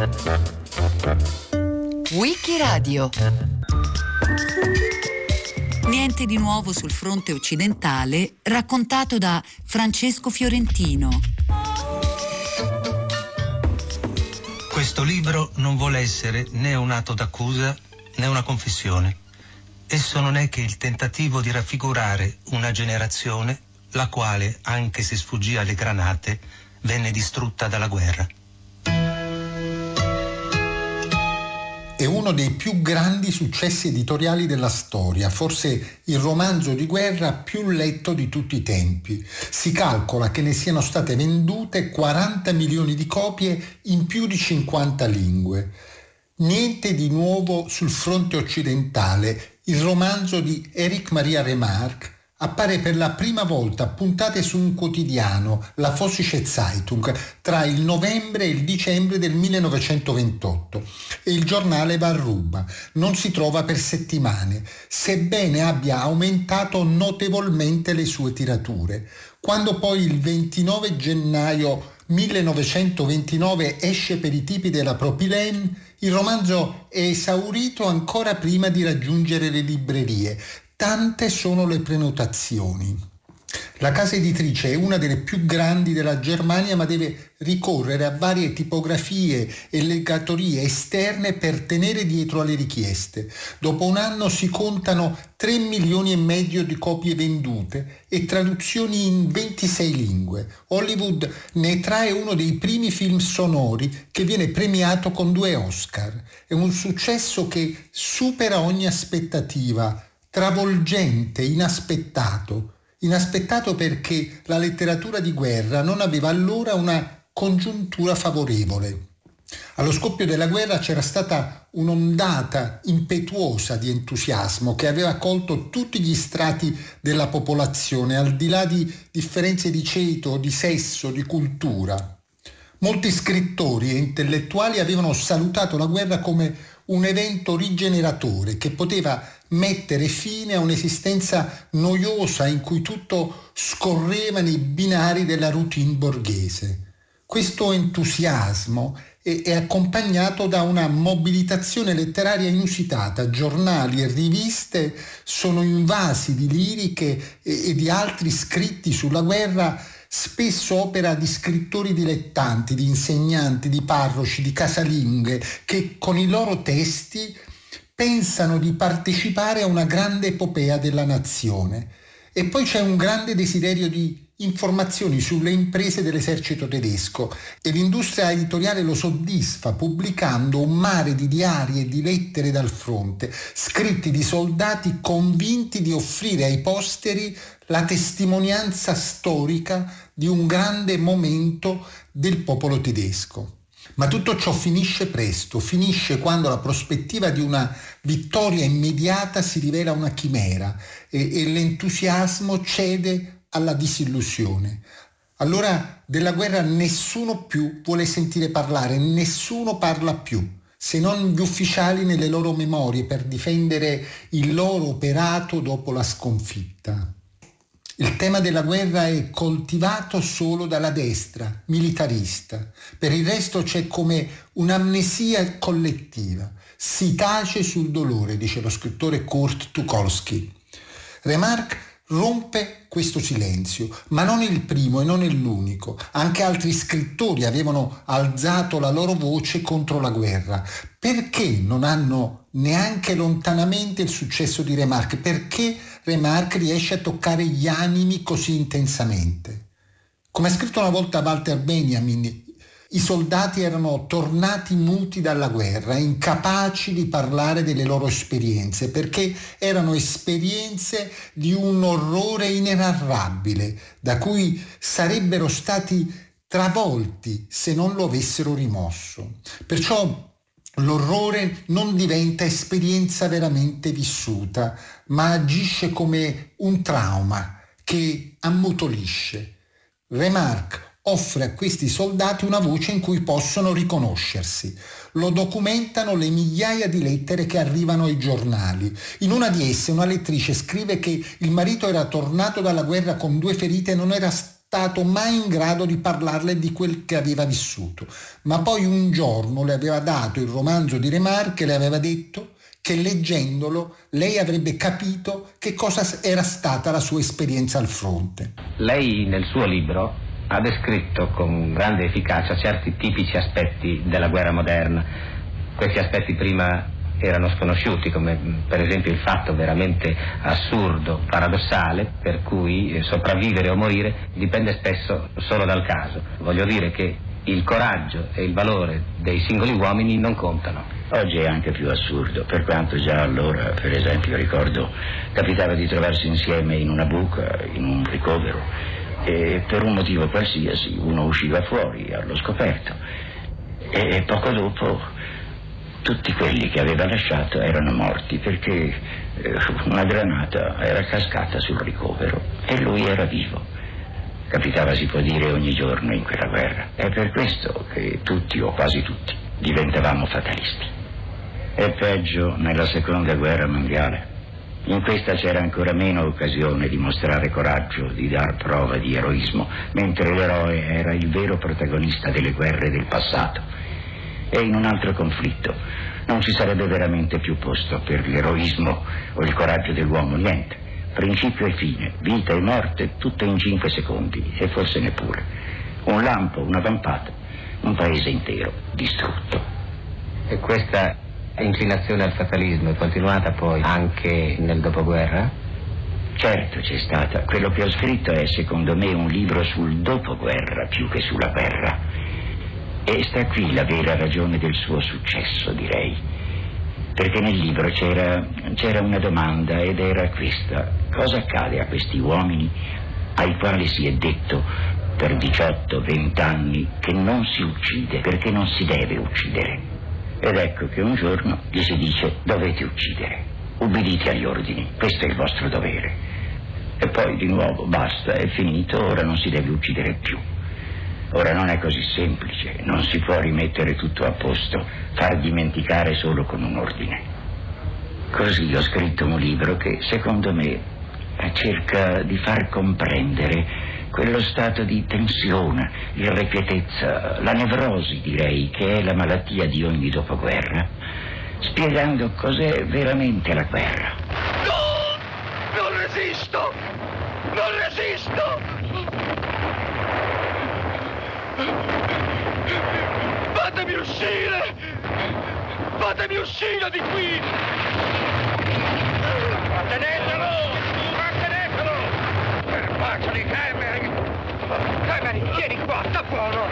Wikiradio. Niente di nuovo sul fronte occidentale, raccontato da Francesco Fiorentino. Questo libro non vuole essere né un atto d'accusa né una confessione. Esso non è che il tentativo di raffigurare una generazione la quale, anche se sfuggì alle granate, venne distrutta dalla guerra. È uno dei più grandi successi editoriali della storia, forse il romanzo di guerra più letto di tutti i tempi. Si calcola che ne siano state vendute 40 milioni di copie in più di 50 lingue. Niente di nuovo sul fronte occidentale, il romanzo di Éric Maria Remarque appare per la prima volta a puntate su un quotidiano, la Vossische Zeitung, tra il novembre e il dicembre del 1928 e il giornale va a ruba, non si trova per settimane, sebbene abbia aumentato notevolmente le sue tirature. Quando poi il 29 gennaio 1929 esce per i tipi della Propylene, il romanzo è esaurito ancora prima di raggiungere le librerie. Tante sono le prenotazioni. La casa editrice è una delle più grandi della Germania, ma deve ricorrere a varie tipografie e legatorie esterne per tenere dietro alle richieste. Dopo un anno si contano 3 milioni e mezzo di copie vendute e traduzioni in 26 lingue. Hollywood ne trae uno dei primi film sonori che viene premiato con 2 Oscar. È un successo che supera ogni aspettativa, travolgente, inaspettato perché la letteratura di guerra non aveva allora una congiuntura favorevole. Allo scoppio della guerra c'era stata un'ondata impetuosa di entusiasmo che aveva colto tutti gli strati della popolazione, al di là di differenze di ceto, di sesso, di cultura. Molti scrittori e intellettuali avevano salutato la guerra come un evento rigeneratore che poteva mettere fine a un'esistenza noiosa in cui tutto scorreva nei binari della routine borghese. Questo entusiasmo è accompagnato da una mobilitazione letteraria inusitata. Giornali e riviste sono invasi di liriche e di altri scritti sulla guerra, spesso opera di scrittori dilettanti, di insegnanti, di parroci, di casalinghe, che con i loro testi pensano di partecipare a una grande epopea della nazione. E poi c'è un grande desiderio di informazioni sulle imprese dell'esercito tedesco e l'industria editoriale lo soddisfa pubblicando un mare di diari e di lettere dal fronte, scritti di soldati convinti di offrire ai posteri la testimonianza storica di un grande momento del popolo tedesco. Ma tutto ciò finisce presto, finisce quando la prospettiva di una vittoria immediata si rivela una chimera e l'entusiasmo cede alla disillusione. Allora della guerra nessuno più vuole sentire parlare, nessuno parla più, se non gli ufficiali nelle loro memorie per difendere il loro operato dopo la sconfitta. Il tema della guerra è coltivato solo dalla destra, militarista. Per il resto c'è come un'amnesia collettiva. Si tace sul dolore, dice lo scrittore Kurt Tucholsky. Remarque rompe questo silenzio, ma non il primo e non è l'unico. Anche altri scrittori avevano alzato la loro voce contro la guerra. Perché non hanno neanche lontanamente il successo di Remarque? Perché Remarque riesce a toccare gli animi così intensamente? Come ha scritto una volta Walter Benjamin, i soldati erano tornati muti dalla guerra, incapaci di parlare delle loro esperienze, perché erano esperienze di un orrore inenarrabile, da cui sarebbero stati travolti se non lo avessero rimosso. Perciò l'orrore non diventa esperienza veramente vissuta, ma agisce come un trauma che ammutolisce. Remarque offre a questi soldati una voce in cui possono riconoscersi. Lo documentano le migliaia di lettere che arrivano ai giornali. In una di esse una lettrice scrive che il marito era tornato dalla guerra con 2 ferite e non era stato mai in grado di parlarle di quel che aveva vissuto, ma poi un giorno le aveva dato il romanzo di Remarque e le aveva detto che leggendolo lei avrebbe capito che cosa era stata la sua esperienza al fronte. Lei nel suo libro ha descritto con grande efficacia certi tipici aspetti della guerra moderna. Questi aspetti prima erano sconosciuti, come per esempio il fatto veramente assurdo, paradossale, per cui sopravvivere o morire dipende spesso solo dal caso. Voglio dire che il coraggio e il valore dei singoli uomini non contano. Oggi è anche più assurdo, per quanto già allora, per esempio, ricordo, capitava di trovarsi insieme in una buca, in un ricovero, e per un motivo qualsiasi uno usciva fuori allo scoperto e poco dopo tutti quelli che aveva lasciato erano morti perché una granata era cascata sul ricovero e lui era vivo. Capitava, si può dire, ogni giorno in quella guerra. È per questo che tutti, o quasi tutti, diventavamo fatalisti. È peggio nella seconda guerra mondiale. In questa c'era ancora meno occasione di mostrare coraggio, di dar prova di eroismo, mentre l'eroe era il vero protagonista delle guerre del passato. E in un altro conflitto non ci sarebbe veramente più posto per l'eroismo o il coraggio dell'uomo, niente. Principio e fine, vita e morte, tutto in 5 secondi, e forse neppure. Un lampo, una vampata, un paese intero distrutto. E questa inclinazione al fatalismo è continuata poi anche nel dopoguerra? Certo c'è stata. Quello che ho scritto è, secondo me, un libro sul dopoguerra più che sulla guerra. E sta qui la vera ragione del suo successo, direi. Perché nel libro c'era una domanda, ed era questa: cosa accade a questi uomini ai quali si è detto per 18-20 anni che non si uccide perché non si deve uccidere? Ed ecco che un giorno gli si dice: dovete uccidere, ubbidite agli ordini, questo è il vostro dovere. E poi di nuovo basta, è finito, ora non si deve uccidere più. Ora non è così semplice, non si può rimettere tutto a posto, far dimenticare solo con un ordine. Così ho scritto un libro che, secondo me, cerca di far comprendere quello stato di tensione, irrequietezza, la nevrosi, direi, che è la malattia di ogni dopoguerra, spiegando cos'è veramente la guerra. No! Non resisto! Non resisto! Fatemi uscire! Fatemi uscire di qui! Trattenetelo! Trattenetelo! Per pace di Cameron! Cameron, vieni qua, sta buono!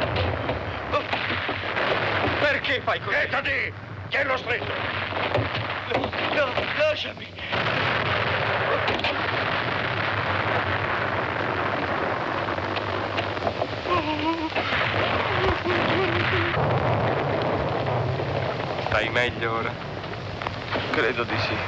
Perché fai così? Quietati! Tienilo stretto! No, lasciami! Stai meglio ora? Credo di sì.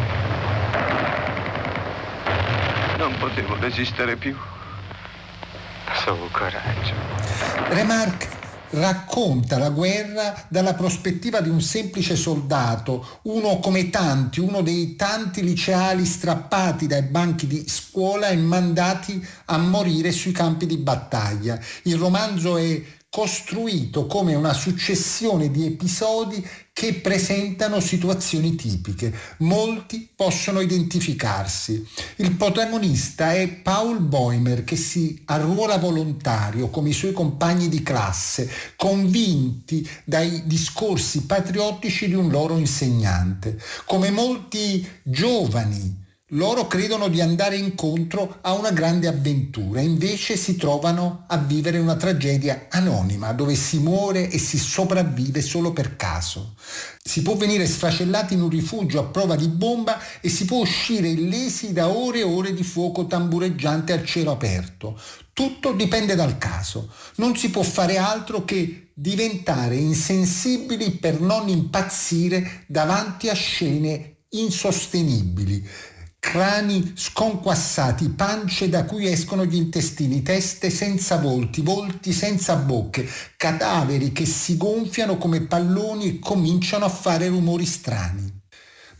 Non potevo resistere più. Solo coraggio. Remarque racconta la guerra dalla prospettiva di un semplice soldato, uno come tanti, uno dei tanti liceali strappati dai banchi di scuola e mandati a morire sui campi di battaglia. Il romanzo è costruito come una successione di episodi che presentano situazioni tipiche. Molti possono identificarsi. Il protagonista è Paul Boehmer, che si arruola volontario come i suoi compagni di classe, convinti dai discorsi patriottici di un loro insegnante. Come molti giovani, loro credono di andare incontro a una grande avventura, invece si trovano a vivere una tragedia anonima dove si muore e si sopravvive solo per caso. Si può venire sfracellati in un rifugio a prova di bomba e si può uscire illesi da ore e ore di fuoco tambureggiante al cielo aperto. Tutto dipende dal caso. Non si può fare altro che diventare insensibili per non impazzire davanti a scene insostenibili. Crani sconquassati, pance da cui escono gli intestini, teste senza volti, volti senza bocche, cadaveri che si gonfiano come palloni e cominciano a fare rumori strani.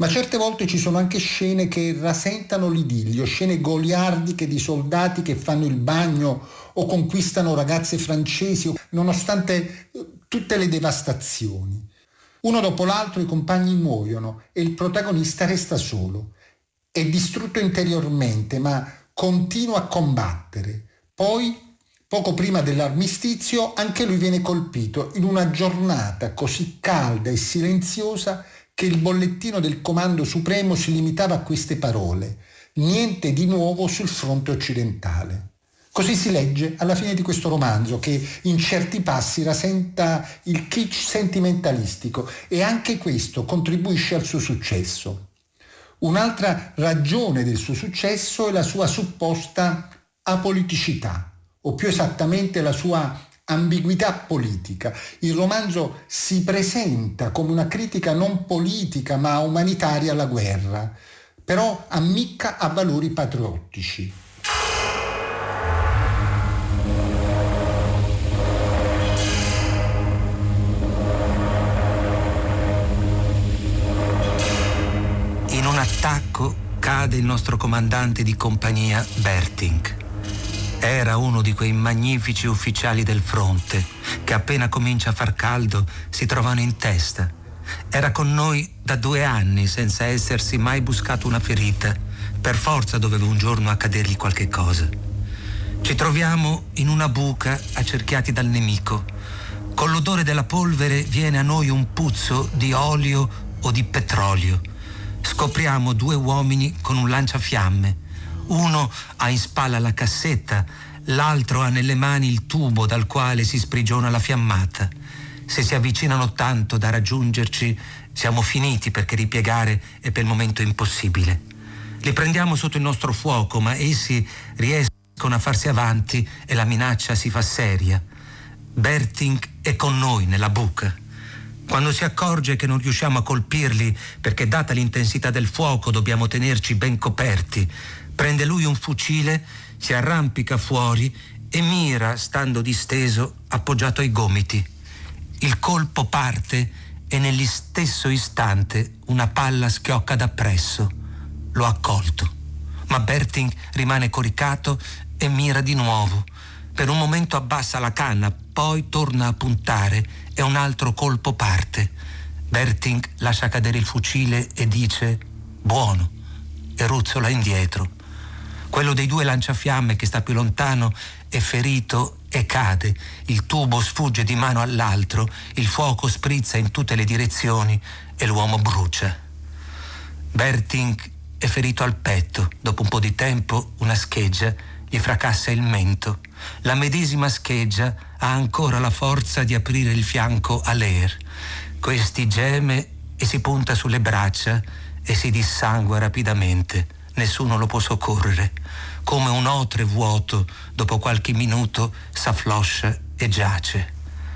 Ma certe volte ci sono anche scene che rasentano l'idillio, scene goliardiche di soldati che fanno il bagno o conquistano ragazze francesi, nonostante tutte le devastazioni. Uno dopo l'altro i compagni muoiono e il protagonista resta solo. È distrutto interiormente, ma continua a combattere. Poi, poco prima dell'armistizio, anche lui viene colpito in una giornata così calda e silenziosa che il bollettino del Comando Supremo si limitava a queste parole: niente di nuovo sul fronte occidentale. Così si legge alla fine di questo romanzo, che in certi passi rasenta il kitsch sentimentalistico, e anche questo contribuisce al suo successo. Un'altra ragione del suo successo è la sua supposta apoliticità, o più esattamente la sua ambiguità politica. Il romanzo si presenta come una critica non politica ma umanitaria alla guerra, però ammicca a valori patriottici. In un attacco cade il nostro comandante di compagnia Berting. Era uno di quei magnifici ufficiali del fronte che appena comincia a far caldo si trovano in testa. Era con noi da 2 anni senza essersi mai buscato una ferita. Per forza doveva un giorno accadergli qualche cosa. Ci troviamo in una buca accerchiati dal nemico. Con l'odore della polvere viene a noi un puzzo di olio o di petrolio. Scopriamo 2 uomini con un lanciafiamme. Uno ha in spalla la cassetta, l'altro ha nelle mani il tubo dal quale si sprigiona la fiammata. Se si avvicinano tanto da raggiungerci, siamo finiti, perché ripiegare è per il momento impossibile. Li prendiamo sotto il nostro fuoco, ma essi riescono a farsi avanti e la minaccia si fa seria. Berting è con noi nella buca. Quando si accorge che non riusciamo a colpirli, perché data l'intensità del fuoco dobbiamo tenerci ben coperti, prende lui un fucile, si arrampica fuori e mira stando disteso appoggiato ai gomiti. Il colpo parte e negli stesso istante una palla schiocca dappresso. L'ho accolto, ma Berting rimane coricato e mira di nuovo. Per un momento abbassa la canna, poi torna a puntare e un altro colpo parte. Berting lascia cadere il fucile e dice «buono» e ruzzola indietro. Quello dei 2 lanciafiamme che sta più lontano è ferito e cade. Il tubo sfugge di mano all'altro, il fuoco sprizza in tutte le direzioni e l'uomo brucia. Berting è ferito al petto. Dopo un po' di tempo una scheggia gli fracassa il mento. La medesima scheggia ha ancora la forza di aprire il fianco a Leer. Questi geme e si punta sulle braccia e si dissangua rapidamente. Nessuno lo può soccorrere. Come un otre vuoto, dopo qualche minuto s'affloscia e giace.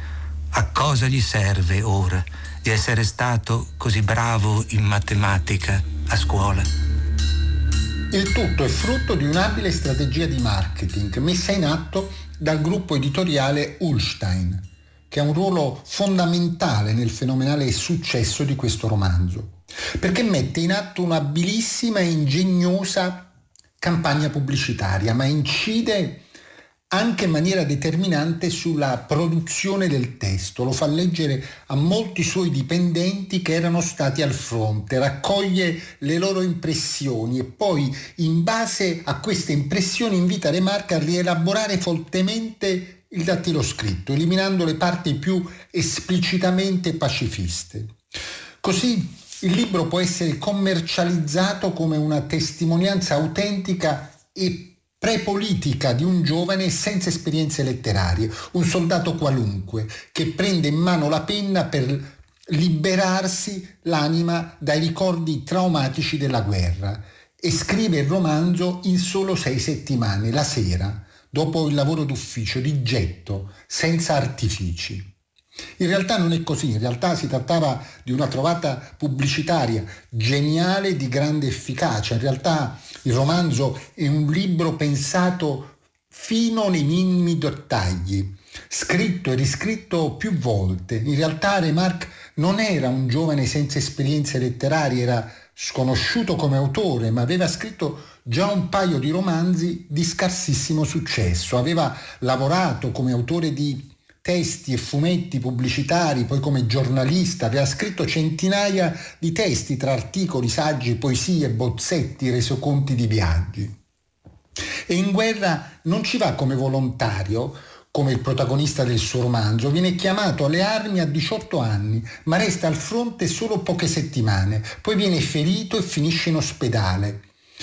A cosa gli serve ora di essere stato così bravo in matematica a scuola? Il tutto è frutto di un'abile strategia di marketing messa in atto dal gruppo editoriale Ullstein, che ha un ruolo fondamentale nel fenomenale successo di questo romanzo, perché mette in atto un'abilissima e ingegnosa campagna pubblicitaria, ma incide anche in maniera determinante sulla produzione del testo. Lo fa leggere a molti suoi dipendenti che erano stati al fronte, raccoglie le loro impressioni e poi, in base a queste impressioni, invita Remarque a rielaborare fortemente il dattiloscritto, eliminando le parti più esplicitamente pacifiste. Così il libro può essere commercializzato come una testimonianza autentica e prepolitica di un giovane senza esperienze letterarie, un soldato qualunque che prende in mano la penna per liberarsi l'anima dai ricordi traumatici della guerra e scrive il romanzo in solo 6 settimane, la sera, dopo il lavoro d'ufficio, di getto, senza artifici. In realtà non è così, in realtà si trattava di una trovata pubblicitaria geniale, di grande efficacia. In realtà il romanzo è un libro pensato fino nei minimi dettagli, scritto e riscritto più volte. In realtà Remarque non era un giovane senza esperienze letterarie, era sconosciuto come autore, ma aveva scritto già un paio di romanzi di scarsissimo successo. Aveva lavorato come autore di testi e fumetti pubblicitari, poi come giornalista, aveva scritto centinaia di testi tra articoli, saggi, poesie, bozzetti, resoconti di viaggi. E in guerra non ci va come volontario, come il protagonista del suo romanzo. Viene chiamato alle armi a 18 anni, ma resta al fronte solo poche settimane, poi viene ferito e finisce in ospedale.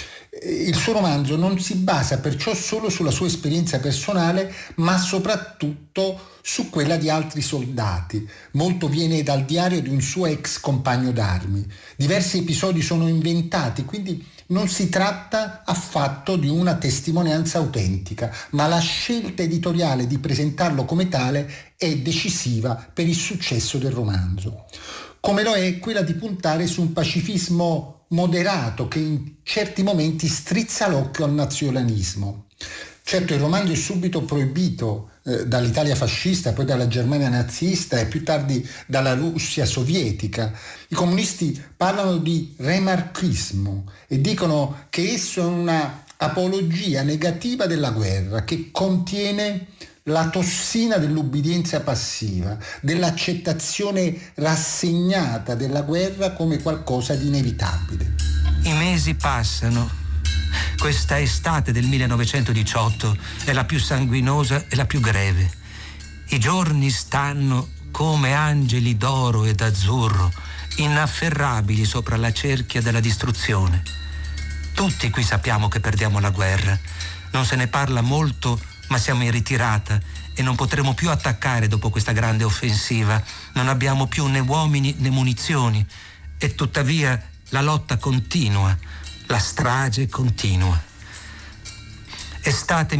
Il suo romanzo non si basa perciò solo sulla sua esperienza personale, ma soprattutto su quella di altri soldati. Molto viene dal diario di un suo ex compagno d'armi. Diversi episodi sono inventati, quindi non si tratta affatto di una testimonianza autentica, ma la scelta editoriale di presentarlo come tale è decisiva per il successo del romanzo. Come lo è quella di puntare su un pacifismo moderato che in certi momenti strizza l'occhio al nazionalismo. Certo, il romanzo è subito proibito dall'Italia fascista, poi dalla Germania nazista e più tardi dalla Russia sovietica. I comunisti parlano di remarquismo e dicono che esso è una apologia negativa della guerra, che contiene la tossina dell'ubbidienza passiva, dell'accettazione rassegnata della guerra come qualcosa di inevitabile. I mesi passano. Questa estate del 1918 è la più sanguinosa e la più greve. I giorni stanno come angeli d'oro ed azzurro, inafferrabili sopra la cerchia della distruzione. Tutti qui sappiamo che perdiamo la guerra. Non se ne parla molto, ma siamo in ritirata e non potremo più attaccare dopo questa grande offensiva. Non abbiamo più né uomini né munizioni e tuttavia la lotta continua, la strage continua. Estate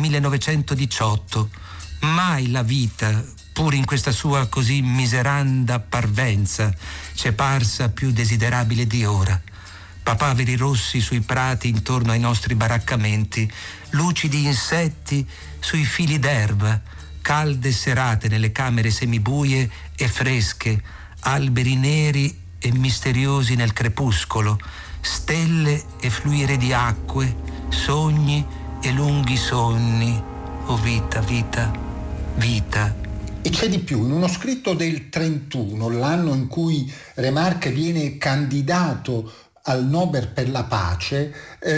1918, mai la vita, pur in questa sua così miseranda parvenza, ci è parsa più desiderabile di ora. Papaveri rossi sui prati intorno ai nostri baraccamenti, luci di insetti sui fili d'erba, calde serate nelle camere semibuie e fresche, alberi neri e misteriosi nel crepuscolo, stelle e fluire di acque, sogni e lunghi sonni. Oh vita, vita, vita. E c'è di più, in uno scritto del 31, l'anno in cui Remarque viene candidato al Nobel per la pace,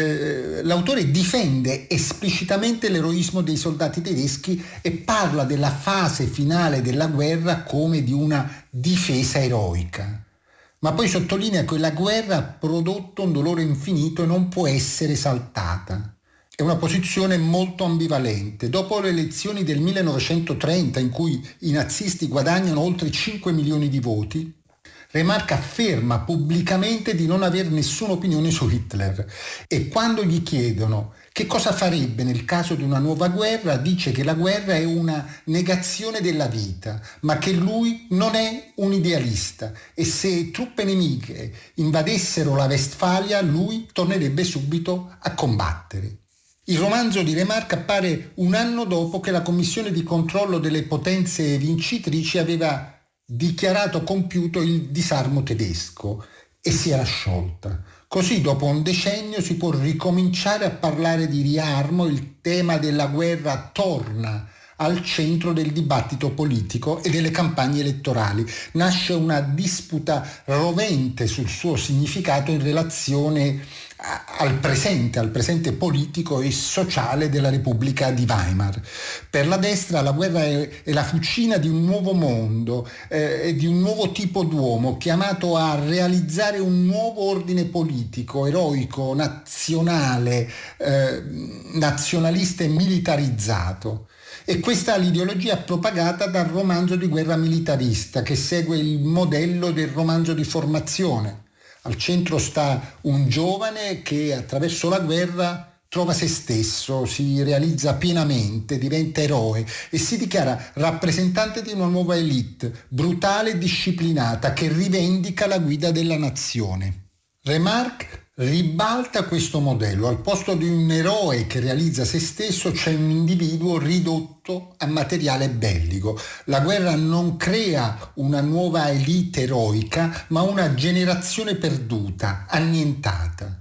l'autore difende esplicitamente l'eroismo dei soldati tedeschi e parla della fase finale della guerra come di una difesa eroica. Ma poi sottolinea che la guerra ha prodotto un dolore infinito e non può essere saltata. È una posizione molto ambivalente. Dopo le elezioni del 1930, in cui i nazisti guadagnano oltre 5 milioni di voti, Remarque afferma pubblicamente di non avere nessuna opinione su Hitler e quando gli chiedono che cosa farebbe nel caso di una nuova guerra, dice che la guerra è una negazione della vita, ma che lui non è un idealista e se truppe nemiche invadessero la Westfalia, lui tornerebbe subito a combattere. Il romanzo di Remarque appare un anno dopo che la Commissione di controllo delle potenze vincitrici aveva dichiarato compiuto il disarmo tedesco e si era sciolta. Così dopo un decennio si può ricominciare a parlare di riarmo, il tema della guerra torna al centro del dibattito politico e delle campagne elettorali. Nasce una disputa rovente sul suo significato in relazione al presente politico e sociale della Repubblica di Weimar. Per la destra la guerra è la fucina di un nuovo mondo, di un nuovo tipo d'uomo chiamato a realizzare un nuovo ordine politico, eroico, nazionale, nazionalista e militarizzato. E questa è l'ideologia propagata dal romanzo di guerra militarista, che segue il modello del romanzo di formazione. Al centro sta un giovane che attraverso la guerra trova se stesso, si realizza pienamente, diventa eroe e si dichiara rappresentante di una nuova élite, brutale e disciplinata, che rivendica la guida della nazione. Remarque ribalta questo modello. Al posto di un eroe che realizza se stesso c'è un individuo ridotto a materiale bellico. La guerra non crea una nuova elite eroica, ma una generazione perduta, annientata.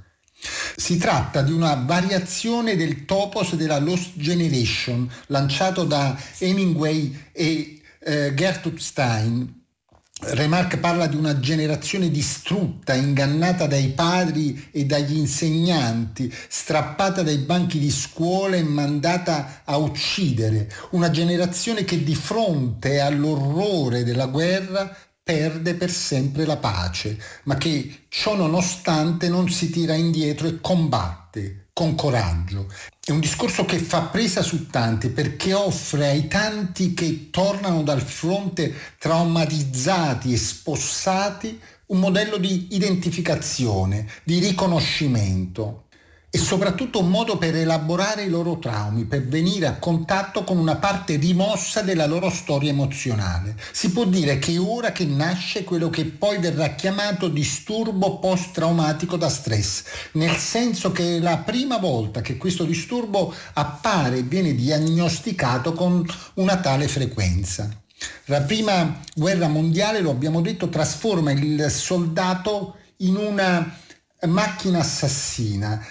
Si tratta di una variazione del topos della Lost Generation lanciato da Hemingway e Gertrude Stein. Remarque parla di una generazione distrutta, ingannata dai padri e dagli insegnanti, strappata dai banchi di scuola e mandata a uccidere. Una generazione che di fronte all'orrore della guerra perde per sempre la pace, ma che ciò nonostante non si tira indietro e combatte con coraggio. È un discorso che fa presa su tanti perché offre ai tanti che tornano dal fronte traumatizzati e spossati un modello di identificazione, di riconoscimento e soprattutto un modo per elaborare i loro traumi, per venire a contatto con una parte rimossa della loro storia emozionale. Si può dire che è ora che nasce quello che poi verrà chiamato disturbo post-traumatico da stress, nel senso che è la prima volta che questo disturbo appare e viene diagnosticato con una tale frequenza. La prima guerra mondiale, lo abbiamo detto, trasforma il soldato in una macchina assassina.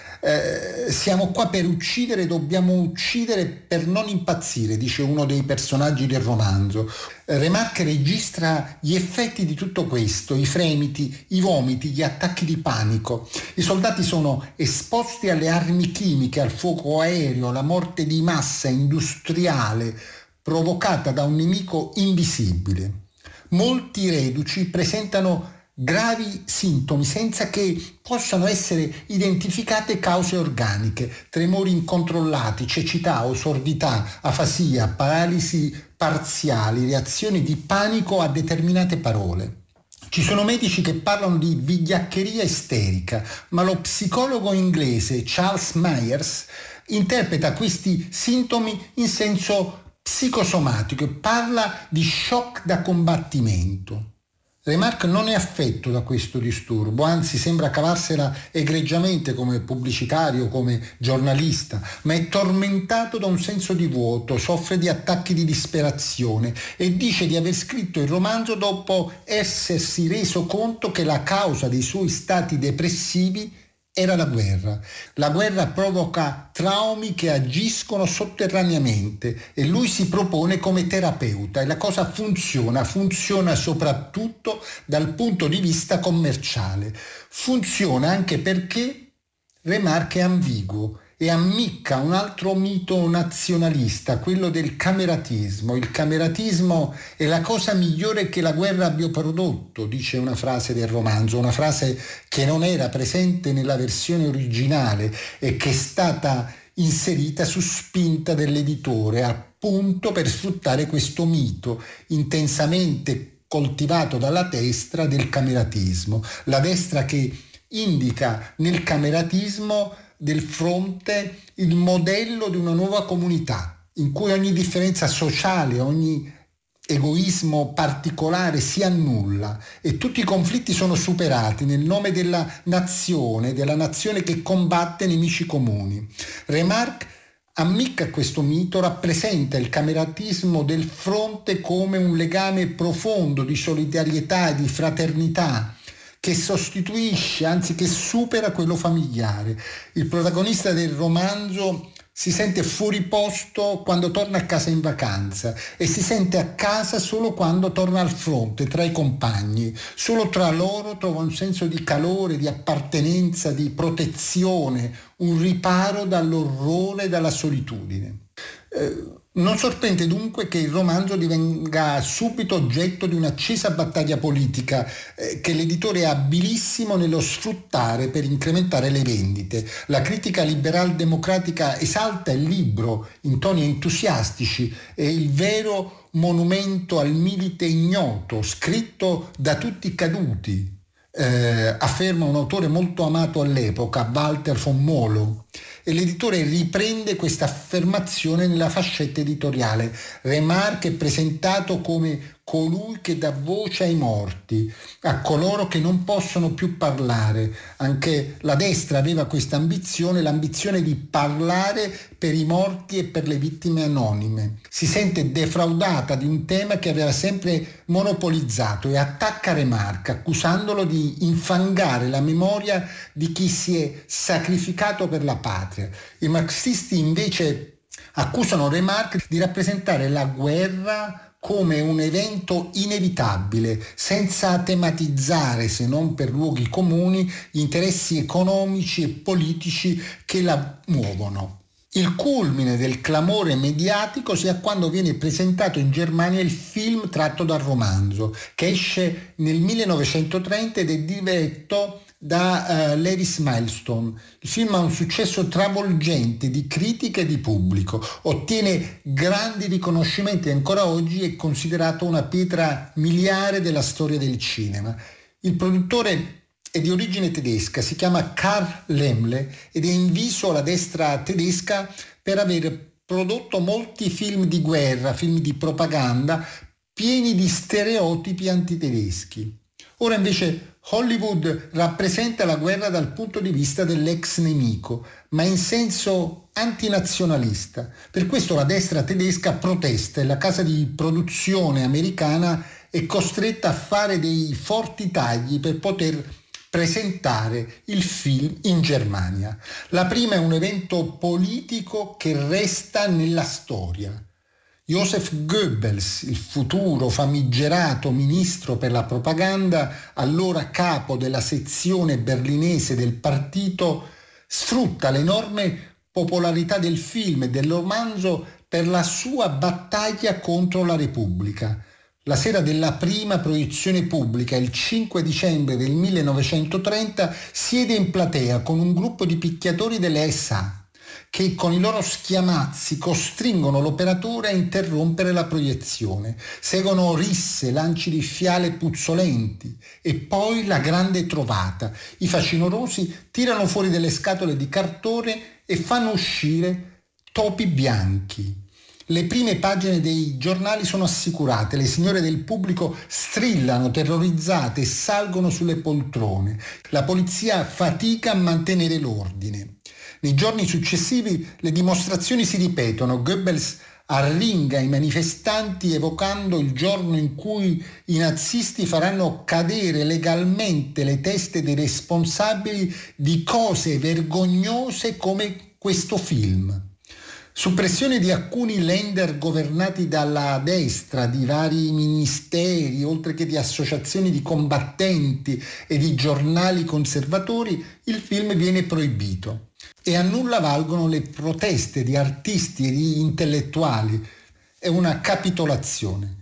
Siamo qua per uccidere, dobbiamo uccidere per non impazzire, dice uno dei personaggi del romanzo. Remarque registra gli effetti di tutto questo, i fremiti, i vomiti, gli attacchi di panico. I soldati sono esposti alle armi chimiche, al fuoco aereo, alla morte di massa industriale provocata da un nemico invisibile. Molti reduci presentano gravi sintomi senza che possano essere identificate cause organiche, tremori incontrollati, cecità o sordità, afasia, paralisi parziali, reazioni di panico a determinate parole. Ci sono medici che parlano di vigliaccheria isterica, ma lo psicologo inglese Charles Myers interpreta questi sintomi in senso psicosomatico e parla di shock da combattimento. Remarque non è affetto da questo disturbo, anzi sembra cavarsela egregiamente come pubblicitario, come giornalista, ma è tormentato da un senso di vuoto, soffre di attacchi di disperazione e dice di aver scritto il romanzo dopo essersi reso conto che la causa dei suoi stati depressivi era la guerra. La guerra provoca traumi che agiscono sotterraneamente e lui si propone come terapeuta e la cosa funziona soprattutto dal punto di vista commerciale. Funziona anche perché Remarque è ambiguo e ammicca un altro mito nazionalista, quello del cameratismo. Il cameratismo è la cosa migliore che la guerra abbia prodotto, dice una frase del romanzo, una frase che non era presente nella versione originale e che è stata inserita su spinta dell'editore, appunto per sfruttare questo mito intensamente coltivato dalla destra del cameratismo. La destra che indica nel cameratismo del fronte il modello di una nuova comunità in cui ogni differenza sociale, ogni egoismo particolare si annulla e tutti i conflitti sono superati nel nome della nazione che combatte nemici comuni. Remarque ammicca questo mito, rappresenta il cameratismo del fronte come un legame profondo di solidarietà e di fraternità che sostituisce, anzi che supera quello familiare. Il protagonista del romanzo si sente fuori posto quando torna a casa in vacanza e si sente a casa solo quando torna al fronte, tra i compagni. Solo tra loro trova un senso di calore, di appartenenza, di protezione, un riparo dall'orrore e dalla solitudine. Non sorprende dunque che il romanzo divenga subito oggetto di un'accesa battaglia politica che l'editore è abilissimo nello sfruttare per incrementare le vendite. La critica liberal-democratica esalta il libro in toni entusiastici, è il vero monumento al milite ignoto, scritto da tutti i caduti, afferma un autore molto amato all'epoca, Walter von Molo. E l'editore riprende questa affermazione nella fascetta editoriale. Remarque è presentato come colui che dà voce ai morti, a coloro che non possono più parlare. Anche la destra aveva questa ambizione, l'ambizione di parlare per i morti e per le vittime anonime. Si sente defraudata di un tema che aveva sempre monopolizzato e attacca Remarque, accusandolo di infangare la memoria di chi si è sacrificato per la patria. I marxisti invece accusano Remarque di rappresentare la guerra come un evento inevitabile, senza tematizzare, se non per luoghi comuni, gli interessi economici e politici che la muovono. Il culmine del clamore mediatico sia quando viene presentato in Germania il film tratto dal romanzo, che esce nel 1930 ed è diretto da Lewis Milestone. Il film ha un successo travolgente di critica e di pubblico, ottiene grandi riconoscimenti e ancora oggi è considerato una pietra miliare della storia del cinema. Il produttore è di origine tedesca, si chiama Karl Laemmle ed è inviso alla destra tedesca per aver prodotto molti film di guerra, film di propaganda pieni di stereotipi antitedeschi. Ora invece Hollywood rappresenta la guerra dal punto di vista dell'ex nemico, ma in senso antinazionalista. Per questo la destra tedesca protesta e la casa di produzione americana è costretta a fare dei forti tagli per poter presentare il film in Germania. La prima è un evento politico che resta nella storia. Joseph Goebbels, il futuro famigerato ministro per la propaganda, allora capo della sezione berlinese del partito, sfrutta l'enorme popolarità del film e del romanzo per la sua battaglia contro la Repubblica. La sera della prima proiezione pubblica, il 5 dicembre del 1930, siede in platea con un gruppo di picchiatori delle SA che con i loro schiamazzi costringono l'operatore a interrompere la proiezione. Seguono risse, lanci di fiale puzzolenti e poi la grande trovata. I facinorosi tirano fuori delle scatole di cartone e fanno uscire topi bianchi. Le prime pagine dei giornali sono assicurate, le signore del pubblico strillano terrorizzate e salgono sulle poltrone. La polizia fatica a mantenere l'ordine. Nei giorni successivi le dimostrazioni si ripetono. Goebbels arringa i manifestanti evocando il giorno in cui i nazisti faranno cadere legalmente le teste dei responsabili di cose vergognose come questo film. Su pressione di alcuni Länder governati dalla destra, di vari ministeri, oltre che di associazioni di combattenti e di giornali conservatori, il film viene proibito. E a nulla valgono le proteste di artisti e di intellettuali. È una capitolazione.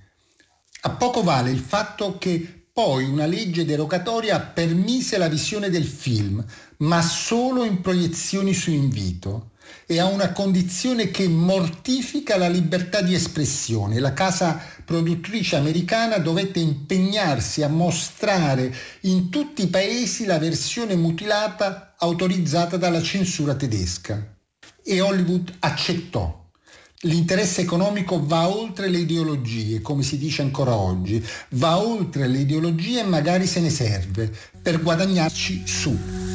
A poco vale il fatto che poi una legge derogatoria permise la visione del film, ma solo in proiezioni su invito, e a una condizione che mortifica la libertà di espressione. La casa produttrice americana dovette impegnarsi a mostrare in tutti i paesi la versione mutilata autorizzata dalla censura tedesca. E Hollywood accettò. L'interesse economico va oltre le ideologie, come si dice ancora oggi, va oltre le ideologie e magari se ne serve per guadagnarci su.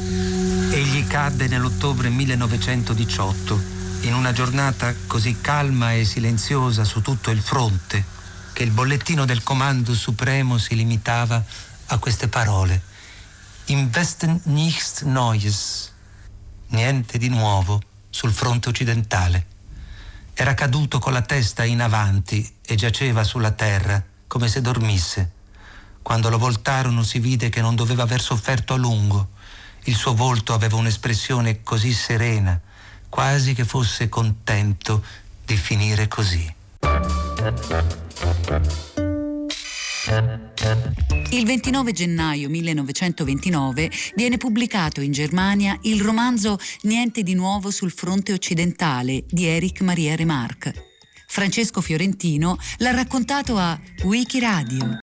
Egli cadde nell'ottobre 1918, in una giornata così calma e silenziosa su tutto il fronte, che il bollettino del Comando Supremo si limitava a queste parole: Im Westen nichts Neues, niente di nuovo sul fronte occidentale. Era caduto con la testa in avanti e giaceva sulla terra come se dormisse. Quando lo voltarono si vide che non doveva aver sofferto a lungo. Il suo volto aveva un'espressione così serena, quasi che fosse contento di finire così. Il 29 gennaio 1929 viene pubblicato in Germania il romanzo Niente di nuovo sul fronte occidentale di Erich Maria Remarque. Francesco Fiorentino l'ha raccontato a Wikiradio.